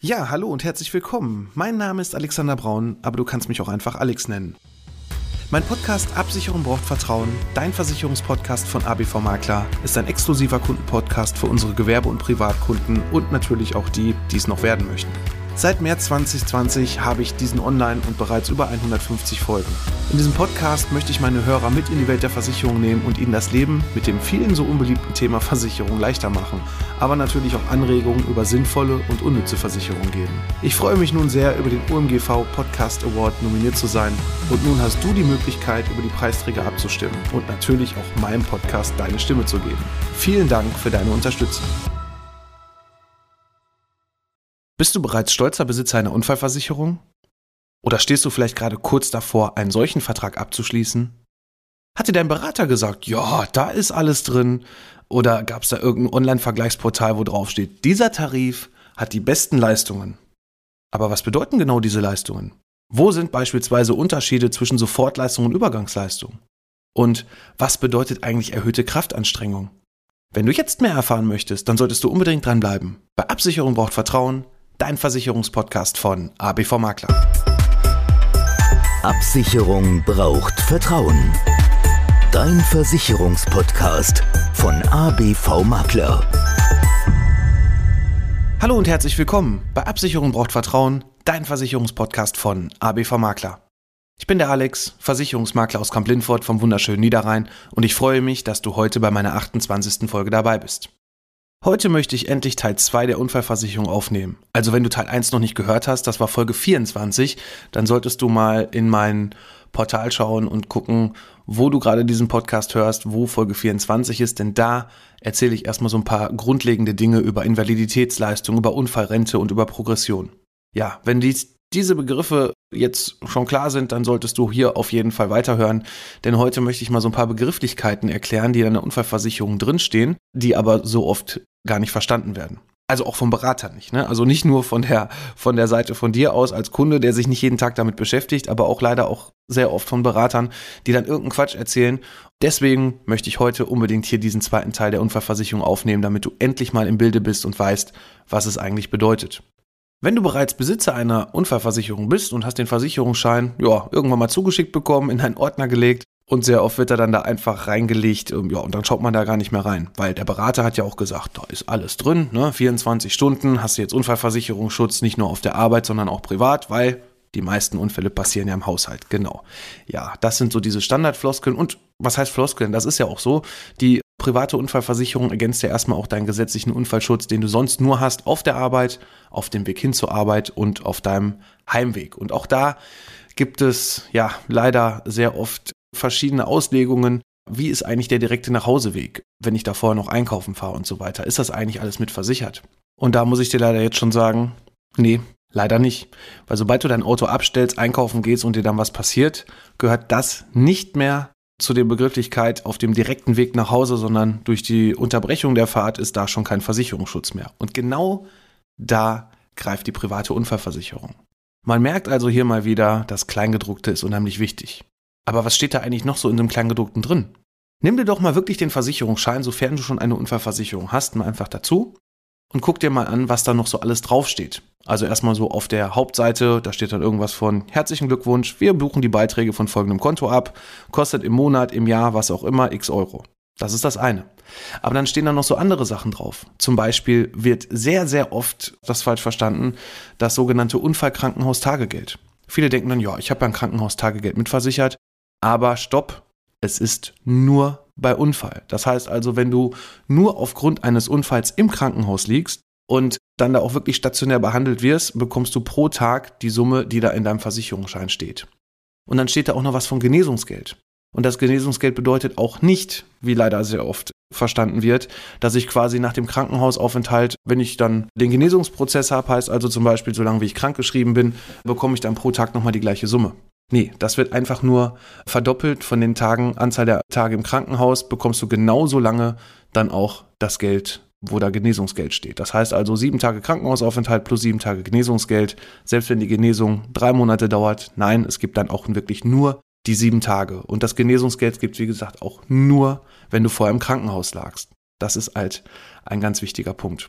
Ja, hallo und herzlich willkommen. Mein Name ist Alexander Braun, aber du kannst mich auch einfach Alex nennen. Mein Podcast Absicherung braucht Vertrauen, dein Versicherungspodcast von ABV Makler, ist ein exklusiver Kundenpodcast für unsere Gewerbe- und Privatkunden und natürlich auch die, die es noch werden möchten. Seit März 2020 habe ich diesen online und bereits über 150 Folgen. In diesem Podcast möchte ich meine Hörer mit in die Welt der Versicherung nehmen und ihnen das Leben mit dem vielen so unbeliebten Thema Versicherung leichter machen, aber natürlich auch Anregungen über sinnvolle und unnütze Versicherung geben. Ich freue mich nun sehr, über den OMGV Podcast Award nominiert zu sein und nun hast du die Möglichkeit, über die Preisträger abzustimmen und natürlich auch meinem Podcast deine Stimme zu geben. Vielen Dank für deine Unterstützung. Bist du bereits stolzer Besitzer einer Unfallversicherung? Oder stehst du vielleicht gerade kurz davor, einen solchen Vertrag abzuschließen? Hat dir dein Berater gesagt, ja, da ist alles drin? Oder gab es da irgendein Online-Vergleichsportal, wo drauf steht, dieser Tarif hat die besten Leistungen? Aber was bedeuten genau diese Leistungen? Wo sind beispielsweise Unterschiede zwischen Sofortleistung und Übergangsleistung? Und was bedeutet eigentlich erhöhte Kraftanstrengung? Wenn du jetzt mehr erfahren möchtest, dann solltest du unbedingt dranbleiben. Bei Absicherung braucht Vertrauen, dein Versicherungspodcast von ABV Makler. Absicherung braucht Vertrauen. Dein Versicherungspodcast von ABV Makler. Hallo und herzlich willkommen bei Absicherung braucht Vertrauen, dein Versicherungspodcast von ABV Makler. Ich bin der Alex, Versicherungsmakler aus Kamp-Lindfort vom wunderschönen Niederrhein und ich freue mich, dass du heute bei meiner 28. Folge dabei bist. Heute möchte ich endlich Teil 2 der Unfallversicherung aufnehmen. Also wenn du Teil 1 noch nicht gehört hast, das war Folge 24, dann solltest du mal in mein Portal schauen und gucken, wo du gerade diesen Podcast hörst, wo Folge 24 ist, denn da erzähle ich erstmal so ein paar grundlegende Dinge über Invaliditätsleistung, über Unfallrente und über Progression. Ja, wenn diese Begriffe jetzt schon klar sind, dann solltest du hier auf jeden Fall weiterhören, denn heute möchte ich mal so ein paar Begrifflichkeiten erklären, die in der Unfallversicherung drinstehen, die aber so oft gar nicht verstanden werden. Also auch vom Berater nicht, ne? Also nicht nur von der Seite von dir aus als Kunde, der sich nicht jeden Tag damit beschäftigt, aber auch leider auch sehr oft von Beratern, die dann irgendeinen Quatsch erzählen. Deswegen möchte ich heute unbedingt hier diesen zweiten Teil der Unfallversicherung aufnehmen, damit du endlich mal im Bilde bist und weißt, was es eigentlich bedeutet. Wenn du bereits Besitzer einer Unfallversicherung bist und hast den Versicherungsschein irgendwann mal zugeschickt bekommen, in einen Ordner gelegt und sehr oft wird er dann da einfach reingelegt, und dann schaut man da gar nicht mehr rein, weil der Berater hat ja auch gesagt, da ist alles drin, ne? 24 Stunden hast du jetzt Unfallversicherungsschutz, nicht nur auf der Arbeit, sondern auch privat, weil die meisten Unfälle passieren ja im Haushalt, genau. Ja, das sind so diese Standardfloskeln und was heißt Floskeln? Das ist ja auch so, die private Unfallversicherung ergänzt ja erstmal auch deinen gesetzlichen Unfallschutz, den du sonst nur hast auf der Arbeit, auf dem Weg hin zur Arbeit und auf deinem Heimweg. Und auch da gibt es ja leider sehr oft verschiedene Auslegungen. Wie ist eigentlich der direkte Nachhauseweg, wenn ich da vorher noch einkaufen fahre und so weiter? Ist das eigentlich alles mit versichert? Und da muss ich dir leider jetzt schon sagen, nee, leider nicht. Weil sobald du dein Auto abstellst, einkaufen gehst und dir dann was passiert, gehört das nicht mehr zu der Begrifflichkeit auf dem direkten Weg nach Hause, sondern durch die Unterbrechung der Fahrt ist da schon kein Versicherungsschutz mehr. Und genau da greift die private Unfallversicherung. Man merkt also hier mal wieder, das Kleingedruckte ist unheimlich wichtig. Aber was steht da eigentlich noch so in dem Kleingedruckten drin? Nimm dir doch mal wirklich den Versicherungsschein, sofern du schon eine Unfallversicherung hast, mal einfach dazu und guck dir mal an, was da noch so alles draufsteht. Also erstmal so auf der Hauptseite, da steht dann irgendwas von herzlichen Glückwunsch, wir buchen die Beiträge von folgendem Konto ab, kostet im Monat, im Jahr, was auch immer, x Euro. Das ist das eine. Aber dann stehen da noch so andere Sachen drauf. Zum Beispiel wird sehr, sehr oft, das falsch verstanden, das sogenannte Unfallkrankenhaustagegeld. Viele denken dann, ja, ich habe ja ein Krankenhaustagegeld mitversichert, aber stopp, es ist nur bei Unfall. Das heißt also, wenn du nur aufgrund eines Unfalls im Krankenhaus liegst und dann da auch wirklich stationär behandelt wirst, bekommst du pro Tag die Summe, die da in deinem Versicherungsschein steht. Und dann steht da auch noch was von Genesungsgeld. Und das Genesungsgeld bedeutet auch nicht, wie leider sehr oft verstanden wird, dass ich quasi nach dem Krankenhausaufenthalt, wenn ich dann den Genesungsprozess habe, heißt also zum Beispiel, solange wie ich krankgeschrieben bin, bekomme ich dann pro Tag nochmal die gleiche Summe. Nee, das wird einfach nur verdoppelt von den Tagen, Anzahl der Tage im Krankenhaus, bekommst du genauso lange dann auch das Geld, wo da Genesungsgeld steht. Das heißt also 7 Tage Krankenhausaufenthalt plus 7 Tage Genesungsgeld, selbst wenn die Genesung 3 Monate dauert. Nein, es gibt dann auch wirklich nur die 7 Tage. Und das Genesungsgeld gibt es, wie gesagt, auch nur, wenn du vorher im Krankenhaus lagst. Das ist halt ein ganz wichtiger Punkt.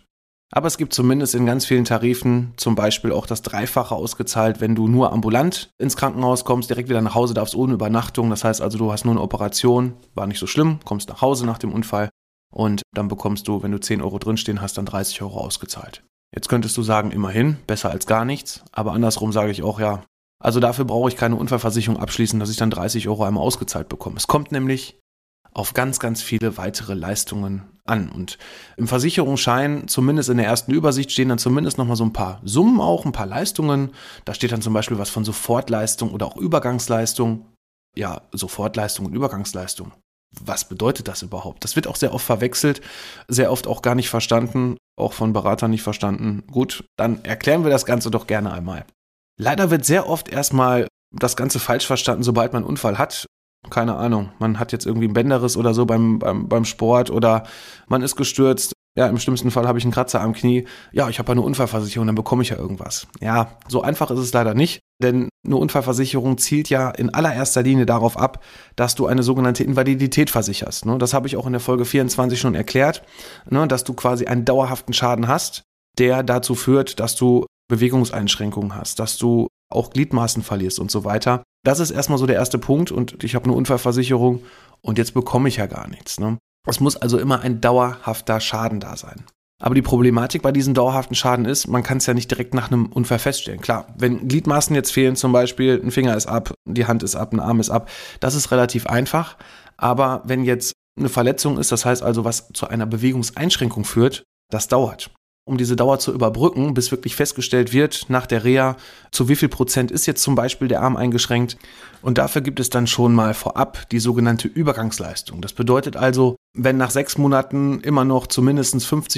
Aber es gibt zumindest in ganz vielen Tarifen zum Beispiel auch das Dreifache ausgezahlt, wenn du nur ambulant ins Krankenhaus kommst, direkt wieder nach Hause darfst ohne Übernachtung. Das heißt also, du hast nur eine Operation, war nicht so schlimm, kommst nach Hause nach dem Unfall und dann bekommst du, wenn du 10 Euro drinstehen hast, dann 30 Euro ausgezahlt. Jetzt könntest du sagen, immerhin, besser als gar nichts, aber andersrum sage ich auch, ja, also dafür brauche ich keine Unfallversicherung abschließen, dass ich dann 30 Euro einmal ausgezahlt bekomme. Es kommt nämlich auf ganz, ganz viele weitere Leistungen an. Und im Versicherungsschein, zumindest in der ersten Übersicht, stehen dann zumindest nochmal so ein paar Summen auch, ein paar Leistungen. Da steht dann zum Beispiel was von Sofortleistung oder auch Übergangsleistung. Ja, Sofortleistung und Übergangsleistung. Was bedeutet das überhaupt? Das wird auch sehr oft verwechselt, sehr oft auch gar nicht verstanden, auch von Beratern nicht verstanden. Gut, dann erklären wir das Ganze doch gerne einmal. Leider wird sehr oft erstmal das Ganze falsch verstanden, sobald man einen Unfall hat. Keine Ahnung, man hat jetzt irgendwie einen Bänderriss oder so beim Sport oder man ist gestürzt. Ja, im schlimmsten Fall habe ich einen Kratzer am Knie. Ja, ich habe eine Unfallversicherung, dann bekomme ich ja irgendwas. Ja, so einfach ist es leider nicht, denn eine Unfallversicherung zielt ja in allererster Linie darauf ab, dass du eine sogenannte Invalidität versicherst. Das habe ich auch in der Folge 24 schon erklärt, dass du quasi einen dauerhaften Schaden hast, der dazu führt, dass du Bewegungseinschränkungen hast, dass du auch Gliedmaßen verlierst und so weiter. Das ist erstmal so der erste Punkt und ich habe eine Unfallversicherung und jetzt bekomme ich ja gar nichts. Es muss also immer ein dauerhafter Schaden da sein. Aber die Problematik bei diesem dauerhaften Schaden ist, man kann es ja nicht direkt nach einem Unfall feststellen. Klar, wenn Gliedmaßen jetzt fehlen, zum Beispiel ein Finger ist ab, die Hand ist ab, ein Arm ist ab, das ist relativ einfach. Aber wenn jetzt eine Verletzung ist, das heißt also, was zu einer Bewegungseinschränkung führt, das dauert. Um diese Dauer zu überbrücken, bis wirklich festgestellt wird nach der Reha, zu wie viel Prozent ist jetzt zum Beispiel der Arm eingeschränkt. Und dafür gibt es dann schon mal vorab die sogenannte Übergangsleistung. Das bedeutet also, wenn nach 6 Monaten immer noch zumindest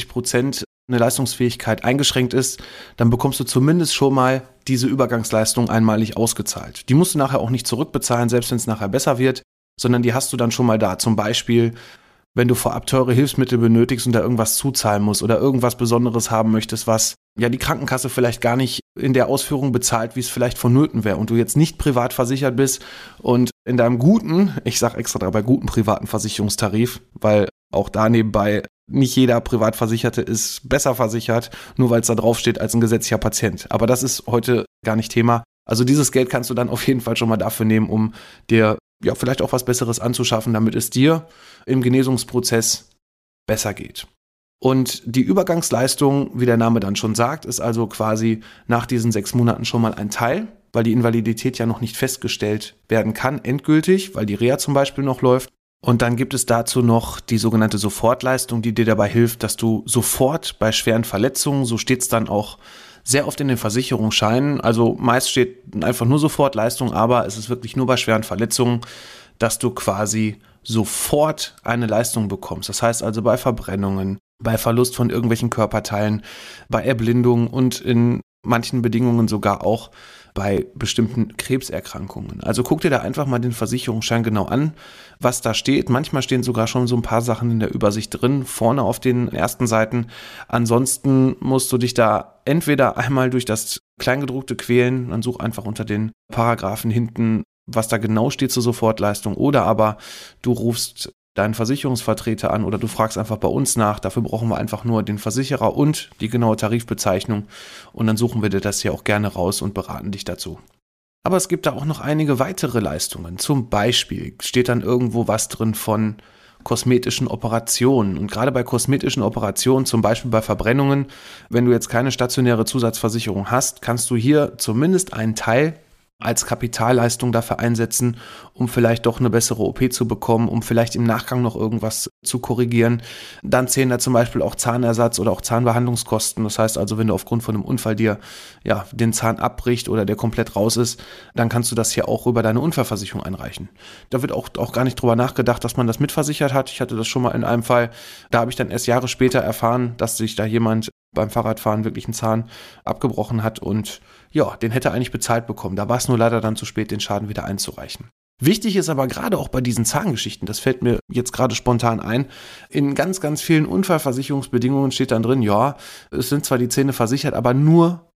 50% eine Leistungsfähigkeit eingeschränkt ist, dann bekommst du zumindest schon mal diese Übergangsleistung einmalig ausgezahlt. Die musst du nachher auch nicht zurückbezahlen, selbst wenn es nachher besser wird, sondern die hast du dann schon mal da. Zum Beispiel, wenn du vorab teure Hilfsmittel benötigst und da irgendwas zuzahlen musst oder irgendwas Besonderes haben möchtest, was ja die Krankenkasse vielleicht gar nicht in der Ausführung bezahlt, wie es vielleicht vonnöten wäre und du jetzt nicht privat versichert bist und in deinem guten, ich sage extra dabei guten privaten Versicherungstarif, weil auch da nebenbei nicht jeder Privatversicherte ist besser versichert, nur weil es da drauf steht als ein gesetzlicher Patient. Aber das ist heute gar nicht Thema. Also dieses Geld kannst du dann auf jeden Fall schon mal dafür nehmen, um dir ja vielleicht auch was Besseres anzuschaffen, damit es dir im Genesungsprozess besser geht. Und die Übergangsleistung, wie der Name dann schon sagt, ist also quasi nach diesen 6 Monaten schon mal ein Teil, weil die Invalidität ja noch nicht festgestellt werden kann, endgültig, weil die Reha zum Beispiel noch läuft. Und dann gibt es dazu noch die sogenannte Sofortleistung, die dir dabei hilft, dass du sofort bei schweren Verletzungen, so steht es dann auch sehr oft in den Versicherungsscheinen, also meist steht einfach nur Sofortleistung, aber es ist wirklich nur bei schweren Verletzungen, dass du quasi sofort eine Leistung bekommst. Das heißt also bei Verbrennungen, bei Verlust von irgendwelchen Körperteilen, bei Erblindung und in manchen Bedingungen sogar auch bei bestimmten Krebserkrankungen. Also guck dir da einfach mal den Versicherungsschein genau an, was da steht. Manchmal stehen sogar schon so ein paar Sachen in der Übersicht drin, vorne auf den ersten Seiten. Ansonsten musst du dich da entweder einmal durch das Kleingedruckte quälen, dann such einfach unter den Paragraphen hinten, was da genau steht zur Sofortleistung, oder aber du rufst deinen Versicherungsvertreter an oder du fragst einfach bei uns nach. Dafür brauchen wir einfach nur den Versicherer und die genaue Tarifbezeichnung und dann suchen wir dir das hier auch gerne raus und beraten dich dazu. Aber es gibt da auch noch einige weitere Leistungen. Zum Beispiel steht dann irgendwo was drin von kosmetischen Operationen. Und gerade bei kosmetischen Operationen, zum Beispiel bei Verbrennungen, wenn du jetzt keine stationäre Zusatzversicherung hast, kannst du hier zumindest einen Teil als Kapitalleistung dafür einsetzen, um vielleicht doch eine bessere OP zu bekommen, um vielleicht im Nachgang noch irgendwas zu korrigieren. Dann zählen da zum Beispiel auch Zahnersatz oder auch Zahnbehandlungskosten. Das heißt also, wenn du aufgrund von einem Unfall dir den Zahn abbricht oder der komplett raus ist, dann kannst du das hier auch über deine Unfallversicherung einreichen. Da wird auch gar nicht drüber nachgedacht, dass man das mitversichert hat. Ich hatte das schon mal in einem Fall, da habe ich dann erst Jahre später erfahren, dass sich da jemand beim Fahrradfahren wirklich einen Zahn abgebrochen hat und ja, den hätte er eigentlich bezahlt bekommen. Da war es nur leider dann zu spät, den Schaden wieder einzureichen. Wichtig ist aber gerade auch bei diesen Zahngeschichten, das fällt mir jetzt gerade spontan ein, in ganz, ganz vielen Unfallversicherungsbedingungen steht dann drin, ja, es sind zwar die Zähne versichert, aber nur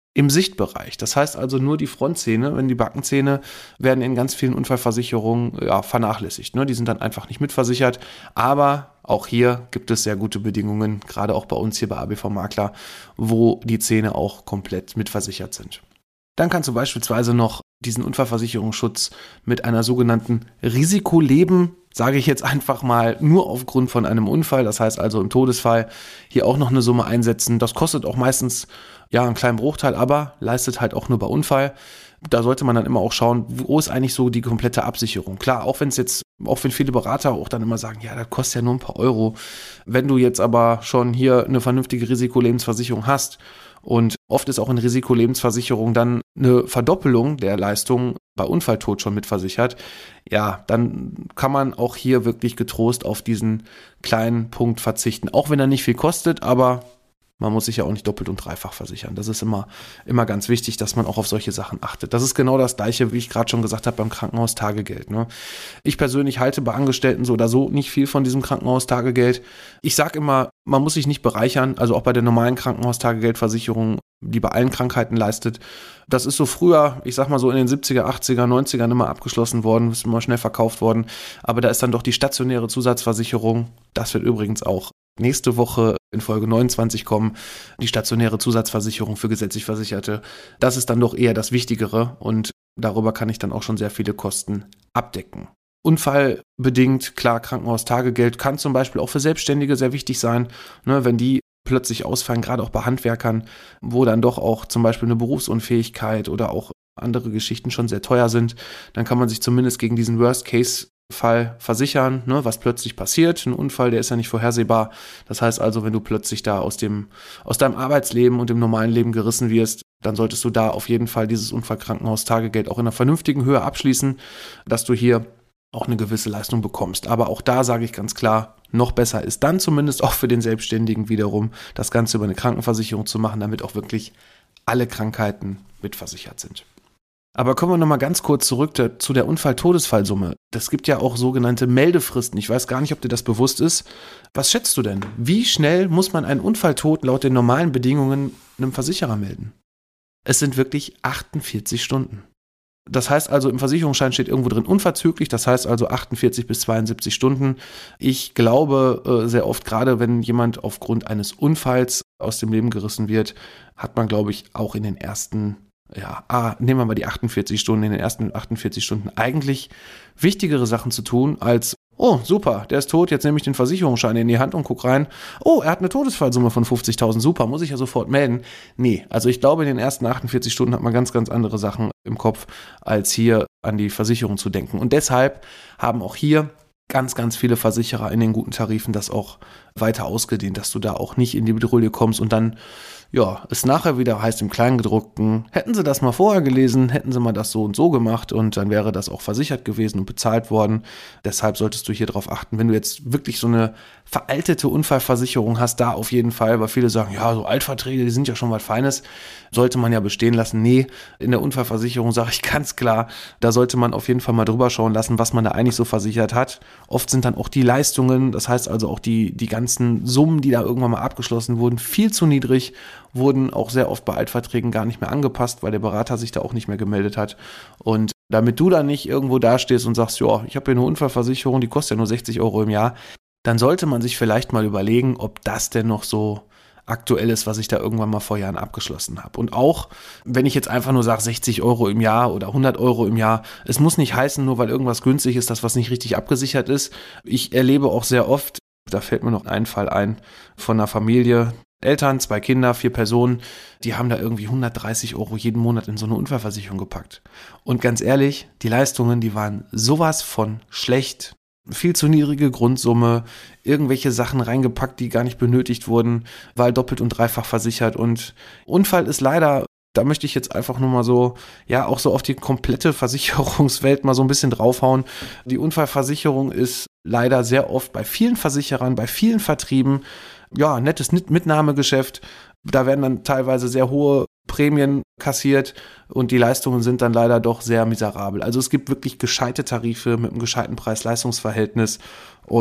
im Sichtbereich. Das heißt also nur die Frontzähne, wenn die Backenzähne werden in ganz vielen Unfallversicherungen vernachlässigt. Ne? Die sind dann einfach nicht mitversichert. Aber auch hier gibt es sehr gute Bedingungen, gerade auch bei uns hier bei ABV Makler, wo die Zähne auch komplett mitversichert sind. Dann kannst du beispielsweise noch diesen Unfallversicherungsschutz mit einer sogenannten Risikoleben, sage ich jetzt einfach mal, nur aufgrund von einem Unfall, das heißt also im Todesfall, hier auch noch eine Summe einsetzen. Das kostet auch meistens einen kleinen Bruchteil, aber leistet halt auch nur bei Unfall. Da sollte man dann immer auch schauen, wo ist eigentlich so die komplette Absicherung. Klar, auch wenn viele Berater auch dann immer sagen, ja, das kostet ja nur ein paar Euro. Wenn du jetzt aber schon hier eine vernünftige Risikolebensversicherung hast, und oft ist auch in Risikolebensversicherung dann eine Verdoppelung der Leistung bei Unfalltod schon mitversichert. Ja, dann kann man auch hier wirklich getrost auf diesen kleinen Punkt verzichten. Auch wenn er nicht viel kostet, aber man muss sich ja auch nicht doppelt und dreifach versichern. Das ist immer ganz wichtig, dass man auch auf solche Sachen achtet. Das ist genau das Gleiche, wie ich gerade schon gesagt habe, beim Krankenhaustagegeld. Ne? Ich persönlich halte bei Angestellten so oder so nicht viel von diesem Krankenhaustagegeld. Ich sage immer, man muss sich nicht bereichern, also auch bei der normalen Krankenhaustagegeldversicherung, die bei allen Krankheiten leistet. Das ist so früher, ich sag mal so in den 70er, 80er, 90ern immer abgeschlossen worden, ist immer schnell verkauft worden. Aber da ist dann doch die stationäre Zusatzversicherung, das wird übrigens auch nächste Woche in Folge 29 kommen, die stationäre Zusatzversicherung für gesetzlich Versicherte. Das ist dann doch eher das Wichtigere und darüber kann ich dann auch schon sehr viele Kosten abdecken. Unfallbedingt, klar, Krankenhaustagegeld kann zum Beispiel auch für Selbstständige sehr wichtig sein, ne, wenn die plötzlich ausfallen, gerade auch bei Handwerkern, wo dann doch auch zum Beispiel eine Berufsunfähigkeit oder auch andere Geschichten schon sehr teuer sind, dann kann man sich zumindest gegen diesen Worst-Case-Fall versichern, ne, was plötzlich passiert. Ein Unfall, der ist ja nicht vorhersehbar. Das heißt also, wenn du plötzlich da aus deinem Arbeitsleben und dem normalen Leben gerissen wirst, dann solltest du da auf jeden Fall dieses Unfallkrankenhaustagegeld auch in einer vernünftigen Höhe abschließen, dass du hier auch eine gewisse Leistung bekommst. Aber auch da sage ich ganz klar, noch besser ist dann zumindest auch für den Selbstständigen wiederum, das Ganze über eine Krankenversicherung zu machen, damit auch wirklich alle Krankheiten mitversichert sind. Aber kommen wir nochmal ganz kurz zurück zu der Unfall-Todesfallsumme. Das gibt ja auch sogenannte Meldefristen. Ich weiß gar nicht, ob dir das bewusst ist. Was schätzt du denn? Wie schnell muss man einen Unfalltod laut den normalen Bedingungen einem Versicherer melden? Es sind wirklich 48 Stunden. Das heißt also, im Versicherungsschein steht irgendwo drin unverzüglich, das heißt also 48 bis 72 Stunden. Ich glaube sehr oft, gerade wenn jemand aufgrund eines Unfalls aus dem Leben gerissen wird, hat man, glaube ich, auch in den ersten nehmen wir mal die 48 Stunden, in den ersten 48 Stunden eigentlich wichtigere Sachen zu tun als, oh super, der ist tot, jetzt nehme ich den Versicherungsschein in die Hand und gucke rein, oh, er hat eine Todesfallsumme von 50.000, super, muss ich ja sofort melden. Nee, also ich glaube, in den ersten 48 Stunden hat man ganz, ganz andere Sachen im Kopf, als hier an die Versicherung zu denken. Und deshalb haben auch hier ganz, ganz viele Versicherer in den guten Tarifen das auch weiter ausgedehnt, dass du da auch nicht in die Bedrulle kommst und dann es nachher wieder heißt im Kleingedruckten, hätten sie das mal vorher gelesen, hätten sie mal das so und so gemacht und dann wäre das auch versichert gewesen und bezahlt worden. Deshalb solltest du hier drauf achten, wenn du jetzt wirklich so eine veraltete Unfallversicherung hast, da auf jeden Fall, weil viele sagen, ja, so Altverträge, die sind ja schon was Feines, sollte man ja bestehen lassen. Nee, in der Unfallversicherung sage ich ganz klar, da sollte man auf jeden Fall mal drüber schauen lassen, was man da eigentlich so versichert hat. Oft sind dann auch die Leistungen, das heißt also auch die ganzen Summen, die da irgendwann mal abgeschlossen wurden, viel zu niedrig, wurden auch sehr oft bei Altverträgen gar nicht mehr angepasst, weil der Berater sich da auch nicht mehr gemeldet hat. Und damit du dann nicht irgendwo dastehst und sagst, ja, ich habe hier eine Unfallversicherung, die kostet ja nur 60 Euro im Jahr, dann sollte man sich vielleicht mal überlegen, ob das denn noch so aktuell ist, was ich da irgendwann mal vor Jahren abgeschlossen habe. Und auch, wenn ich jetzt einfach nur sage 60 Euro im Jahr oder 100 Euro im Jahr, es muss nicht heißen, nur weil irgendwas günstig ist, dass was nicht richtig abgesichert ist. Ich erlebe auch sehr oft, da fällt mir noch ein Fall ein, von einer Familie, Eltern, 2 Kinder, 4 Personen, die haben da irgendwie 130 Euro jeden Monat in so eine Unfallversicherung gepackt. Und ganz ehrlich, die Leistungen, die waren sowas von schlecht. Viel zu niedrige Grundsumme, irgendwelche Sachen reingepackt, die gar nicht benötigt wurden, weil doppelt und dreifach versichert. Und Unfall ist leider, da möchte ich jetzt einfach nur mal so, auch so auf die komplette Versicherungswelt mal so ein bisschen draufhauen. Die Unfallversicherung ist leider sehr oft bei vielen Versicherern, bei vielen Vertrieben, nettes Mitnahmegeschäft. Da werden dann teilweise sehr hohe Prämien kassiert und die Leistungen sind dann leider doch sehr miserabel. Also es gibt wirklich gescheite Tarife mit einem gescheiten Preis-Leistungs-Verhältnis und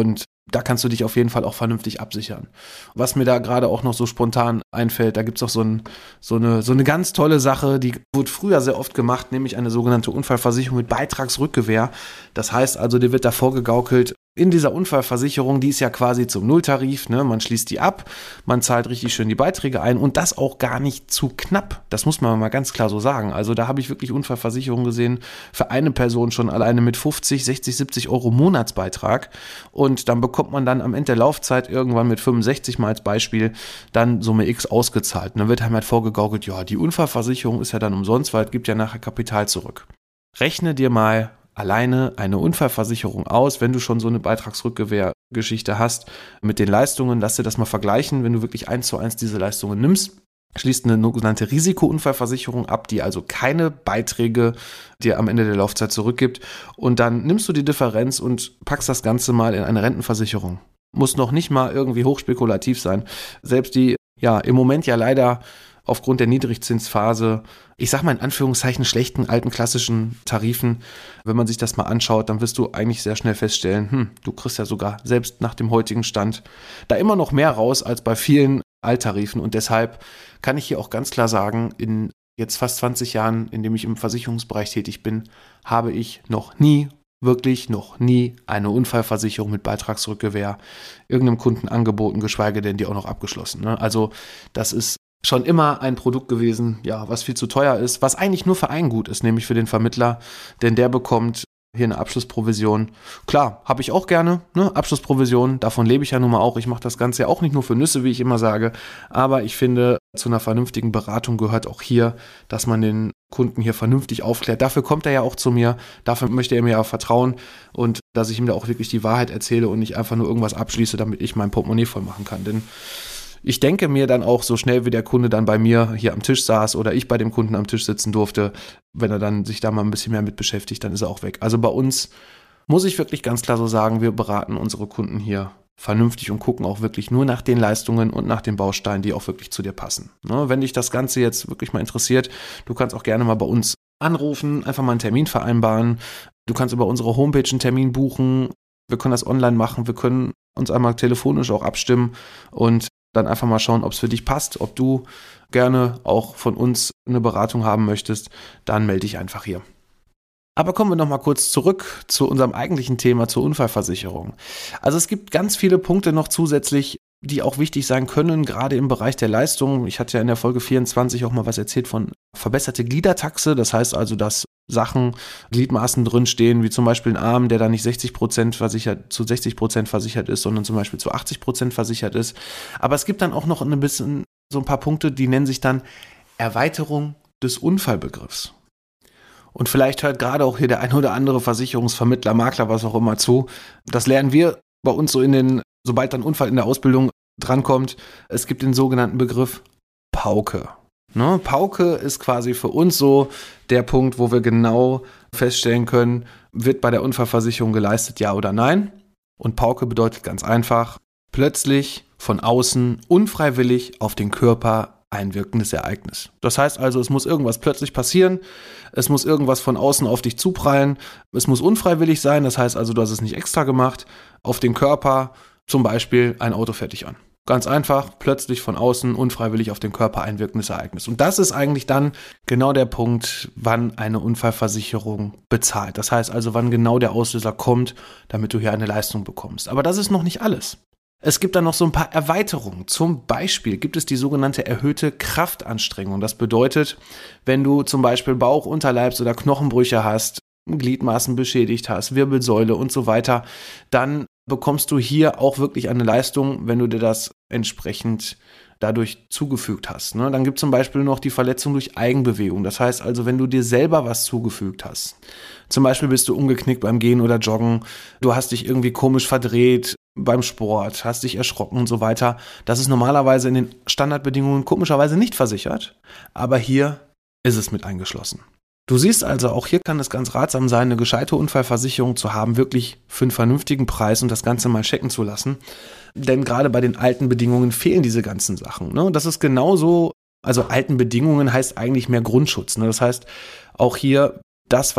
da kannst du dich auf jeden Fall auch vernünftig absichern. Was mir da gerade auch noch so spontan einfällt, da gibt's auch so eine ganz tolle Sache, die wurde früher sehr oft gemacht, nämlich eine sogenannte Unfallversicherung mit Beitragsrückgewehr. Das heißt also, dir wird da vorgegaukelt, in dieser Unfallversicherung, die ist ja quasi zum Nulltarif, ne? Man schließt die ab, man zahlt richtig schön die Beiträge ein und das auch gar nicht zu knapp. Das muss man mal ganz klar so sagen. Also da habe ich wirklich Unfallversicherungen gesehen, für eine Person schon alleine mit 50, 60, 70 Euro Monatsbeitrag und dann bekommt man dann am Ende der Laufzeit irgendwann mit 65 mal als Beispiel dann Summe X ausgezahlt. Und dann wird halt vorgegaukelt, ja, die Unfallversicherung ist ja dann umsonst, weil es gibt ja nachher Kapital zurück. Rechne dir mal alleine eine Unfallversicherung aus, wenn du schon so eine Beitragsrückgewehr-Geschichte hast mit den Leistungen, lass dir das mal vergleichen, wenn du wirklich 1:1 diese Leistungen nimmst, schließt eine sogenannte Risikounfallversicherung ab, die also keine Beiträge dir am Ende der Laufzeit zurückgibt und dann nimmst du die Differenz und packst das Ganze mal in eine Rentenversicherung. Muss noch nicht mal irgendwie hochspekulativ sein. Selbst die, ja, im Moment ja leider aufgrund der Niedrigzinsphase, ich sag mal in Anführungszeichen schlechten, alten, klassischen Tarifen, wenn man sich das mal anschaut, dann wirst du eigentlich sehr schnell feststellen, du kriegst ja sogar selbst nach dem heutigen Stand da immer noch mehr raus als bei vielen Alttarifen und deshalb kann ich hier auch ganz klar sagen, in jetzt fast 20 Jahren, in dem ich im Versicherungsbereich tätig bin, habe ich noch nie eine Unfallversicherung mit Beitragsrückgewehr irgendeinem Kunden angeboten, geschweige denn die auch noch abgeschlossen. Ne? Also das ist schon immer ein Produkt gewesen, ja, was viel zu teuer ist, was eigentlich nur für einen gut ist, nämlich für den Vermittler, denn der bekommt hier eine Abschlussprovision. Klar, habe ich auch gerne, ne? Abschlussprovision, davon lebe ich ja nun mal auch. Ich mache das Ganze ja auch nicht nur für Nüsse, wie ich immer sage, aber ich finde, zu einer vernünftigen Beratung gehört auch hier, dass man den Kunden hier vernünftig aufklärt. Dafür kommt er ja auch zu mir, dafür möchte er mir ja vertrauen und dass ich ihm da auch wirklich die Wahrheit erzähle und nicht einfach nur irgendwas abschließe, damit ich mein Portemonnaie voll machen kann, denn ich denke mir dann auch, so schnell wie der Kunde dann bei mir hier am Tisch saß oder ich bei dem Kunden am Tisch sitzen durfte, wenn er dann sich da mal ein bisschen mehr mit beschäftigt, dann ist er auch weg. Also bei uns muss ich wirklich ganz klar so sagen, wir beraten unsere Kunden hier vernünftig und gucken auch wirklich nur nach den Leistungen und nach den Bausteinen, die auch wirklich zu dir passen. Ne, wenn dich das Ganze jetzt wirklich mal interessiert, du kannst auch gerne mal bei uns anrufen, einfach mal einen Termin vereinbaren. Du kannst über unsere Homepage einen Termin buchen. Wir können das online machen. Wir können uns einmal telefonisch auch abstimmen und dann einfach mal schauen, ob es für dich passt, ob du gerne auch von uns eine Beratung haben möchtest, dann melde dich einfach hier. Aber kommen wir noch mal kurz zurück zu unserem eigentlichen Thema, zur Unfallversicherung. Also es gibt ganz viele Punkte noch zusätzlich, die auch wichtig sein können, gerade im Bereich der Leistung. Ich hatte ja in der Folge 24 auch mal was erzählt von verbesserte Gliedertaxe. Das heißt also, dass Gliedmaßen drinstehen, wie zum Beispiel ein Arm, der dann nicht 60% versichert, zu 60% versichert ist, sondern zum Beispiel zu 80% versichert ist. Aber es gibt dann auch noch so ein paar Punkte, die nennen sich dann Erweiterung des Unfallbegriffs. Und vielleicht hört gerade auch hier der ein oder andere Versicherungsvermittler, Makler, was auch immer zu. Das lernen wir bei uns sobald ein Unfall in der Ausbildung drankommt. Es gibt den sogenannten Begriff Pauke. Ne? Pauke ist quasi für uns so der Punkt, wo wir genau feststellen können, wird bei der Unfallversicherung geleistet, ja oder nein. Und Pauke bedeutet ganz einfach, plötzlich von außen unfreiwillig auf den Körper einwirkendes Ereignis. Das heißt also, es muss irgendwas plötzlich passieren, es muss irgendwas von außen auf dich zuprallen, es muss unfreiwillig sein, das heißt also, du hast es nicht extra gemacht, auf den Körper, zum Beispiel ein Auto fährt dich an. Ganz einfach, plötzlich von außen unfreiwillig auf den Körper einwirkendes Ereignis. Und das ist eigentlich dann genau der Punkt, wann eine Unfallversicherung bezahlt. Das heißt also, wann genau der Auslöser kommt, damit du hier eine Leistung bekommst. Aber das ist noch nicht alles. Es gibt dann noch so ein paar Erweiterungen. Zum Beispiel gibt es die sogenannte erhöhte Kraftanstrengung. Das bedeutet, wenn du zum Beispiel Bauch-, Unterleibs- oder Knochenbrüche hast, Gliedmaßen beschädigt hast, Wirbelsäule und so weiter, dann bekommst du hier auch wirklich eine Leistung, wenn du dir das entsprechend dadurch zugefügt hast. Ne? Dann gibt es zum Beispiel noch die Verletzung durch Eigenbewegung. Das heißt also, wenn du dir selber was zugefügt hast, zum Beispiel bist du umgeknickt beim Gehen oder Joggen, du hast dich irgendwie komisch verdreht beim Sport, hast dich erschrocken und so weiter. Das ist normalerweise in den Standardbedingungen komischerweise nicht versichert, aber hier ist es mit eingeschlossen. Du siehst also, auch hier kann es ganz ratsam sein, eine gescheite Unfallversicherung zu haben, wirklich für einen vernünftigen Preis und das Ganze mal checken zu lassen. Denn gerade bei den alten Bedingungen fehlen diese ganzen Sachen. Ne? Das ist genauso, also alten Bedingungen heißt eigentlich mehr Grundschutz. Ne? Das heißt, auch hier das, was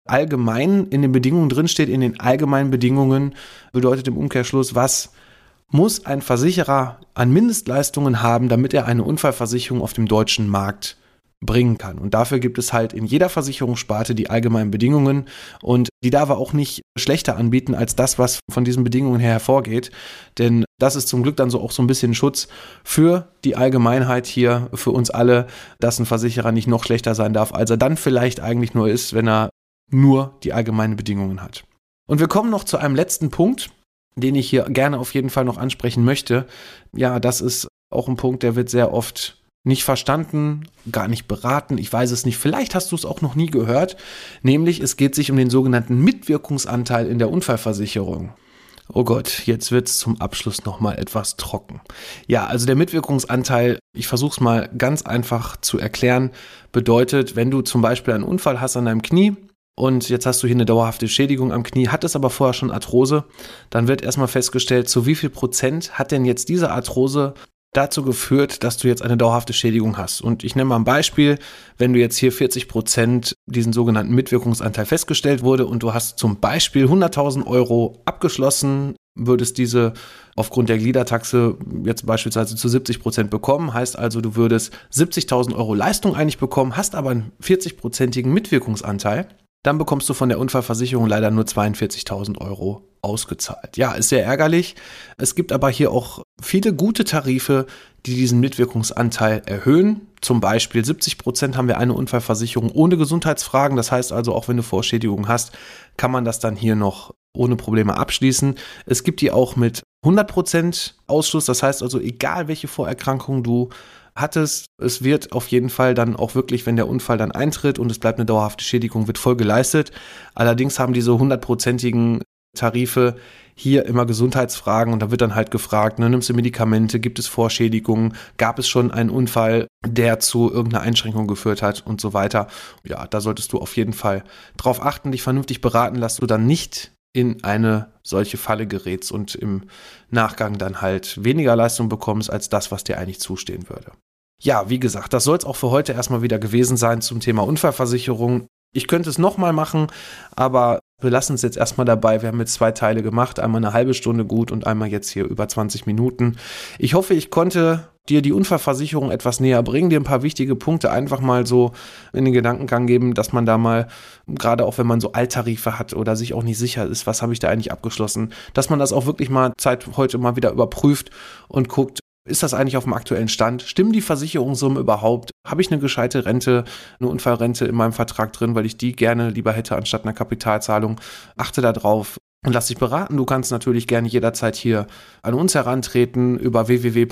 allgemein in den Bedingungen drinsteht, in den allgemeinen Bedingungen, bedeutet im Umkehrschluss, was muss ein Versicherer an Mindestleistungen haben, damit er eine Unfallversicherung auf dem deutschen Markt bringen kann. Und dafür gibt es halt in jeder Versicherungssparte die allgemeinen Bedingungen und die darf er auch nicht schlechter anbieten als das, was von diesen Bedingungen her hervorgeht. Denn das ist zum Glück dann so auch so ein bisschen Schutz für die Allgemeinheit hier, für uns alle, dass ein Versicherer nicht noch schlechter sein darf, als er dann vielleicht eigentlich nur ist, wenn er nur die allgemeinen Bedingungen hat. Und wir kommen noch zu einem letzten Punkt, den ich hier gerne auf jeden Fall noch ansprechen möchte. Ja, das ist auch ein Punkt, der wird sehr oft nicht verstanden, gar nicht beraten, ich weiß es nicht, vielleicht hast du es auch noch nie gehört, nämlich es geht sich um den sogenannten Mitwirkungsanteil in der Unfallversicherung. Oh Gott, jetzt wird es zum Abschluss nochmal etwas trocken. Ja, also der Mitwirkungsanteil, ich versuche es mal ganz einfach zu erklären, bedeutet, wenn du zum Beispiel einen Unfall hast an deinem Knie und jetzt hast du hier eine dauerhafte Schädigung am Knie, hattest aber vorher schon Arthrose, dann wird erstmal festgestellt, zu wie viel Prozent hat denn jetzt diese Arthrose dazu geführt, dass du jetzt eine dauerhafte Schädigung hast. Und ich nenne mal ein Beispiel, wenn du jetzt hier 40% diesen sogenannten Mitwirkungsanteil festgestellt wurde und du hast zum Beispiel 100.000 Euro abgeschlossen, würdest diese aufgrund der Gliedertaxe jetzt beispielsweise zu 70% bekommen, heißt also, du würdest 70.000 Euro Leistung eigentlich bekommen, hast aber einen 40%igen Mitwirkungsanteil, dann bekommst du von der Unfallversicherung leider nur 42.000 Euro ausgezahlt. Ja, ist sehr ärgerlich. Es gibt aber hier auch viele gute Tarife, die diesen Mitwirkungsanteil erhöhen. Zum Beispiel 70% haben wir eine Unfallversicherung ohne Gesundheitsfragen. Das heißt also, auch wenn du Vorschädigungen hast, kann man das dann hier noch ohne Probleme abschließen. Es gibt die auch mit 100% Ausschluss. Das heißt also, egal welche Vorerkrankungen du hattest, es wird auf jeden Fall dann auch wirklich, wenn der Unfall dann eintritt und es bleibt eine dauerhafte Schädigung, wird voll geleistet. Allerdings haben diese 100%igen Tarife hier immer Gesundheitsfragen und da wird dann halt gefragt, nimmst du Medikamente, gibt es Vorschädigungen, gab es schon einen Unfall, der zu irgendeiner Einschränkung geführt hat und so weiter. Ja, da solltest du auf jeden Fall drauf achten, dich vernünftig beraten, dass du dann nicht in eine solche Falle gerätst und im Nachgang dann halt weniger Leistung bekommst als das, was dir eigentlich zustehen würde. Ja, wie gesagt, das soll es auch für heute erstmal wieder gewesen sein zum Thema Unfallversicherung. Ich könnte es nochmal machen, aber wir lassen es jetzt erstmal dabei. Wir haben jetzt 2 Teile gemacht, einmal eine halbe Stunde gut und einmal jetzt hier über 20 Minuten. Ich hoffe, ich konnte dir die Unfallversicherung etwas näher bringen, dir ein paar wichtige Punkte einfach mal so in den Gedankengang geben, dass man da mal, gerade auch wenn man so Alttarife hat oder sich auch nicht sicher ist, was habe ich da eigentlich abgeschlossen, dass man das auch wirklich mal heute mal wieder überprüft und guckt, ist das eigentlich auf dem aktuellen Stand? Stimmen die Versicherungssummen überhaupt? Habe ich eine gescheite Rente, eine Unfallrente in meinem Vertrag drin, weil ich die gerne lieber hätte anstatt einer Kapitalzahlung? Achte da drauf und lass dich beraten. Du kannst natürlich gerne jederzeit hier an uns herantreten. Über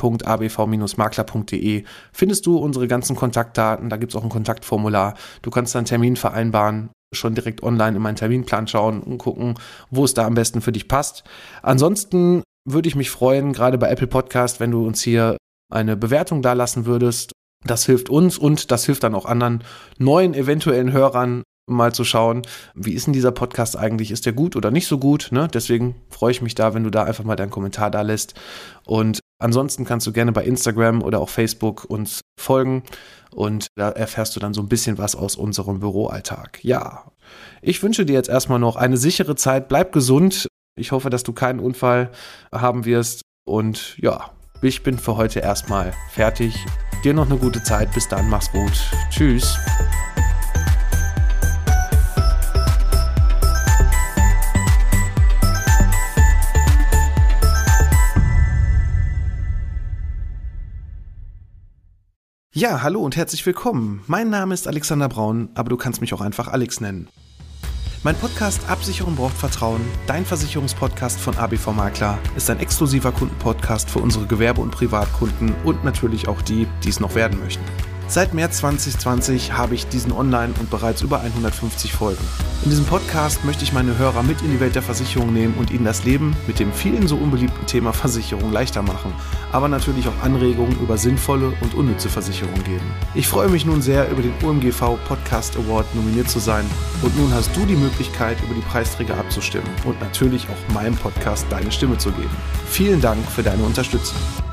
www.abv-makler.de findest du unsere ganzen Kontaktdaten. Da gibt es auch ein Kontaktformular. Du kannst dann einen Termin vereinbaren, schon direkt online in meinen Terminplan schauen und gucken, wo es da am besten für dich passt. Ansonsten würde ich mich freuen, gerade bei Apple Podcast, wenn du uns hier eine Bewertung dalassen würdest. Das hilft uns und das hilft dann auch anderen neuen eventuellen Hörern, mal zu schauen, wie ist denn dieser Podcast eigentlich? Ist der gut oder nicht so gut? Ne? Deswegen freue ich mich da, wenn du da einfach mal deinen Kommentar da lässt. Und ansonsten kannst du gerne bei Instagram oder auch Facebook uns folgen und da erfährst du dann so ein bisschen was aus unserem Büroalltag. Ja, ich wünsche dir jetzt erstmal noch eine sichere Zeit. Bleib gesund. Ich hoffe, dass du keinen Unfall haben wirst. Und ja, ich bin für heute erstmal fertig. Dir noch eine gute Zeit. Bis dann, mach's gut. Tschüss. Ja, hallo und herzlich willkommen. Mein Name ist Alexander Braun, aber du kannst mich auch einfach Alex nennen. Mein Podcast Absicherung braucht Vertrauen, dein Versicherungspodcast von ABV Makler, ist ein exklusiver Kundenpodcast für unsere Gewerbe- und Privatkunden und natürlich auch die, die es noch werden möchten. Seit März 2020 habe ich diesen online und bereits über 150 Folgen. In diesem Podcast möchte ich meine Hörer mit in die Welt der Versicherung nehmen und ihnen das Leben mit dem vielen so unbeliebten Thema Versicherung leichter machen, aber natürlich auch Anregungen über sinnvolle und unnütze Versicherung geben. Ich freue mich nun sehr, über den OMGV Podcast Award nominiert zu sein und nun hast du die Möglichkeit, über die Preisträger abzustimmen und natürlich auch meinem Podcast deine Stimme zu geben. Vielen Dank für deine Unterstützung.